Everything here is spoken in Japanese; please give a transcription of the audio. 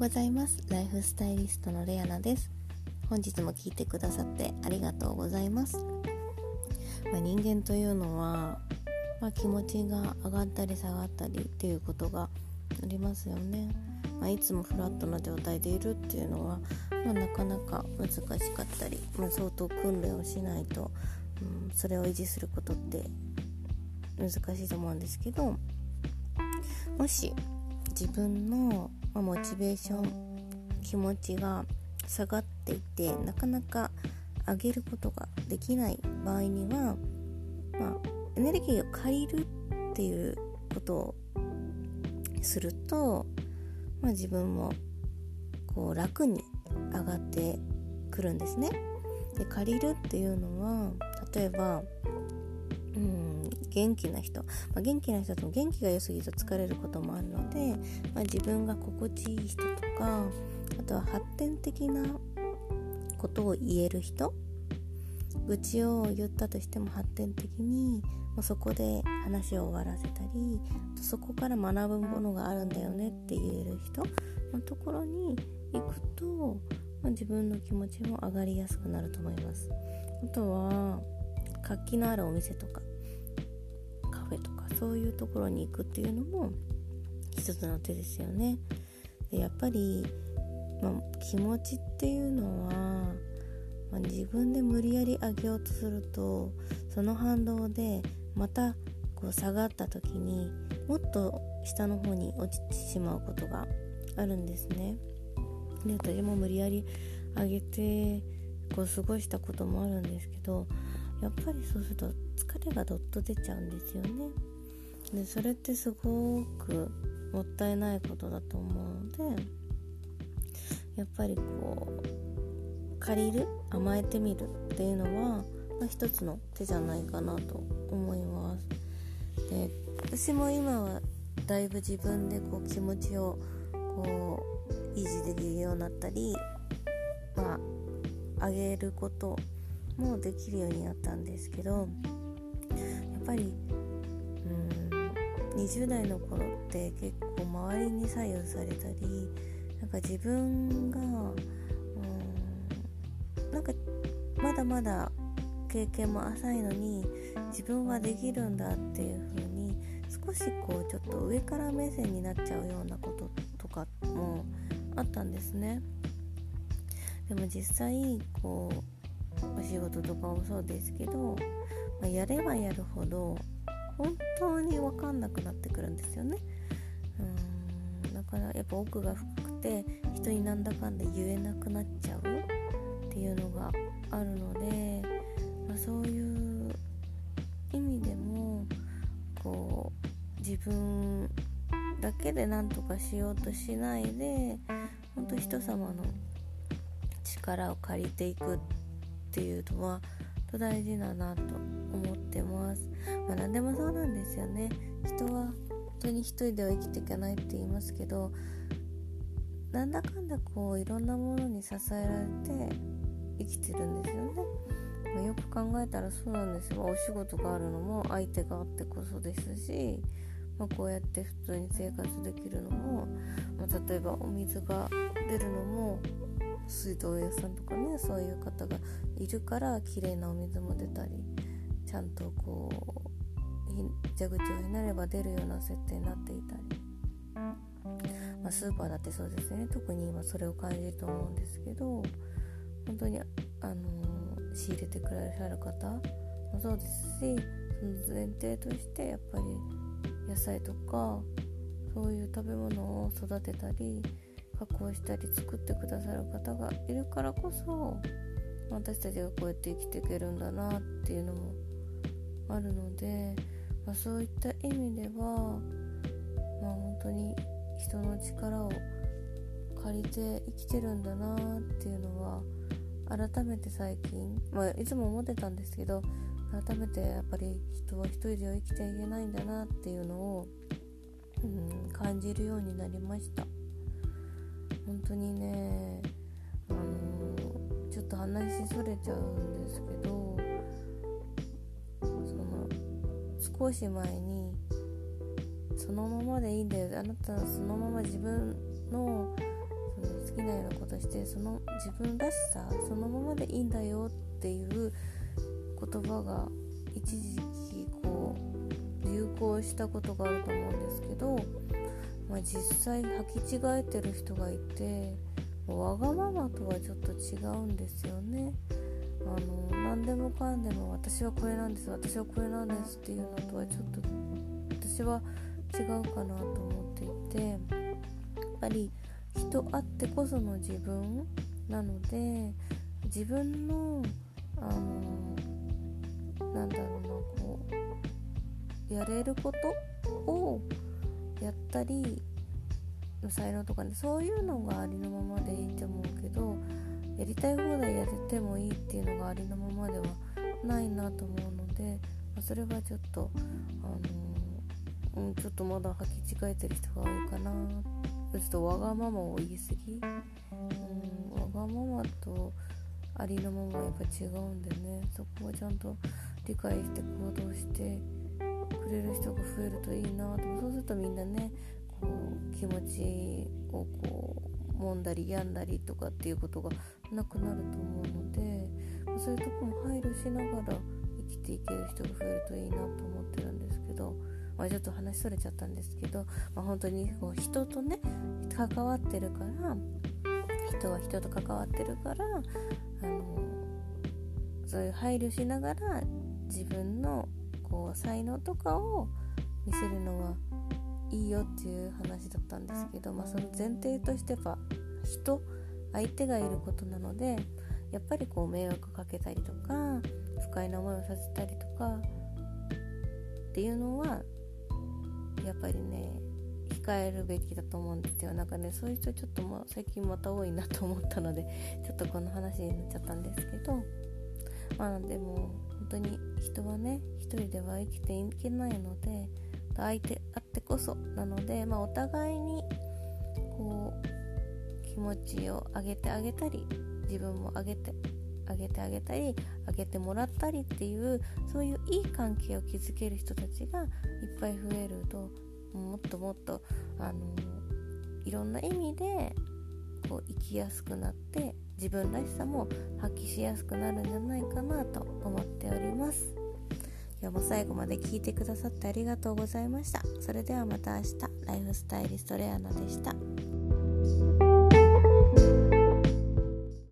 ございます。ライフスタイリストのレアナです。本日も聞いてくださってありがとうございます。人間というのは、気持ちが上がったり下がったりっていうことがありますよね。いつもフラットな状態でいるっていうのは、なかなか難しかったり、相当訓練をしないと、それを維持することって難しいと思うんですけど、もし自分のモチベーション、気持ちが下がっていてなかなか上げることができない場合には、エネルギーを借りるっていうことをすると、自分も楽に上がってくるんですね。で、借りるっていうのは、例えば元気な人、元気な人と元気が良すぎると疲れることもあるので、自分が心地いい人とか、あとは発展的なことを言える人、愚痴を言ったとしても発展的にそこで話を終わらせたり、そこから学ぶものがあるんだよねって言える人のところに行くと、自分の気持ちも上がりやすくなると思います。あとは活気のあるお店とかカフェとか、そういうところに行くっていうのも一つの手ですよね。で、やっぱり、気持ちっていうのは、自分で無理やり上げようとすると、その反動でまた下がった時にもっと下の方に落ちてしまうことがあるんですね。で、私も無理やり上げて過ごしたこともあるんですけど、やっぱりそうすると疲れがどっと出ちゃうんですよね。で、それってすごくもったいないことだと思うので、やっぱり借りる、甘えてみるっていうのは、一つの手じゃないかなと思います。で、私も今はだいぶ自分で気持ちを維持できるようになったり、上げることもできるようになったんですけど、やっぱり20代の頃って結構周りに左右されたり、自分がまだまだ経験も浅いのに自分はできるんだっていう風に少しちょっと上から目線になっちゃうようなこととかもあったんですね。でも実際お仕事とかもそうですけど、やればやるほど本当に分かんなくなってくるんですよね。だからやっぱ奥が深くて人になんだかんだ言えなくなっちゃうっていうのがあるので、そういう意味でも自分だけで何とかしようとしないで、本当人様の力を借りていくっていうのは大事だなと思ってます。何でもそうなんですよね。人は本当に一人では生きていけないって言いますけど、なんだかんだいろんなものに支えられて生きてるんですよね。よく考えたらそうなんですよ。お仕事があるのも相手があってこそですし、こうやって普通に生活できるのも、例えばお水が出るのも水道屋さんとかね、そういう方がいるから綺麗なお水も出たり、ちゃんと蛇口をひねれば出るような設定になっていたり、スーパーだってそうですね。特に今それを感じると思うんですけど、本当に仕入れてくださる方もそうですし、その前提としてやっぱり野菜とかそういう食べ物を育てたり加工したり作ってくださる方がいるからこそ、私たちがこうやって生きていけるんだなっていうのもあるので、そういった意味では、本当に人の力を借りて生きてるんだなっていうのは改めて最近、いつも思ってたんですけど、改めてやっぱり人は一人では生きていけないんだなっていうのを、感じるようになりました。本当にね、ちょっと話それちゃうんですけど、少し前にそのままでいいんだよ、あなたはそのまま自分のきなようなことして、その自分らしさそのままでいいんだよっていう言葉が一時期流行したことがあると思うんですけど、実際履き違えてる人がいて、わがままとはちょっと違うんですよね。何でもかんでも私はこれなんです、私はこれなんですっていうのとはちょっと私は違うかなと思っていて、やっぱり人あってこその自分なので、自分のやれることをやったり才能とかね、そういうのがありのままでいいと思うけど、やりたい放題やってもいいっていうのがありのままではないなと思うので、それはちょっとちょっとまだ履き違えてる人が多いかな。ちょっとわがままを言い過ぎ、わがままとありのままやっぱ違うんでね、そこをちゃんと理解して行動してくれる人が増えるといいなと。そうするとみんなね、気持ちを揉んだり病んだりとかっていうことがなくなると思うので、そういうとこも配慮しながら生きていける人が増えるといいなと思ってるんですけど、ちょっと話それちゃったんですけど、本当に人とね関わってるから、人は人と関わってるからそういう配慮しながら自分の才能とかを見せるのはいいよっていう話だったんですけど、その前提としては相手がいることなので、やっぱり迷惑かけたりとか不快な思いをさせたりとかっていうのはやっぱりね控えるべきだと思うんですよ。そういう人ちょっと最近また多いなと思ったので、ちょっとこの話になっちゃったんですけど、でも本当に人はね一人では生きていけないので、相手あってこそなので、お互いに気持ちを上げてあげたり、自分も上げてあげたり上げてもらったりっていう、そういういい関係を築ける人たちがいっぱい増えると、もっともっといろんな意味で生きやすくなって、自分らしさも発揮しやすくなるんじゃないかなと思っております。今日も最後まで聞いてくださってありがとうございました。それではまた明日。ライフスタイリストレアナでした。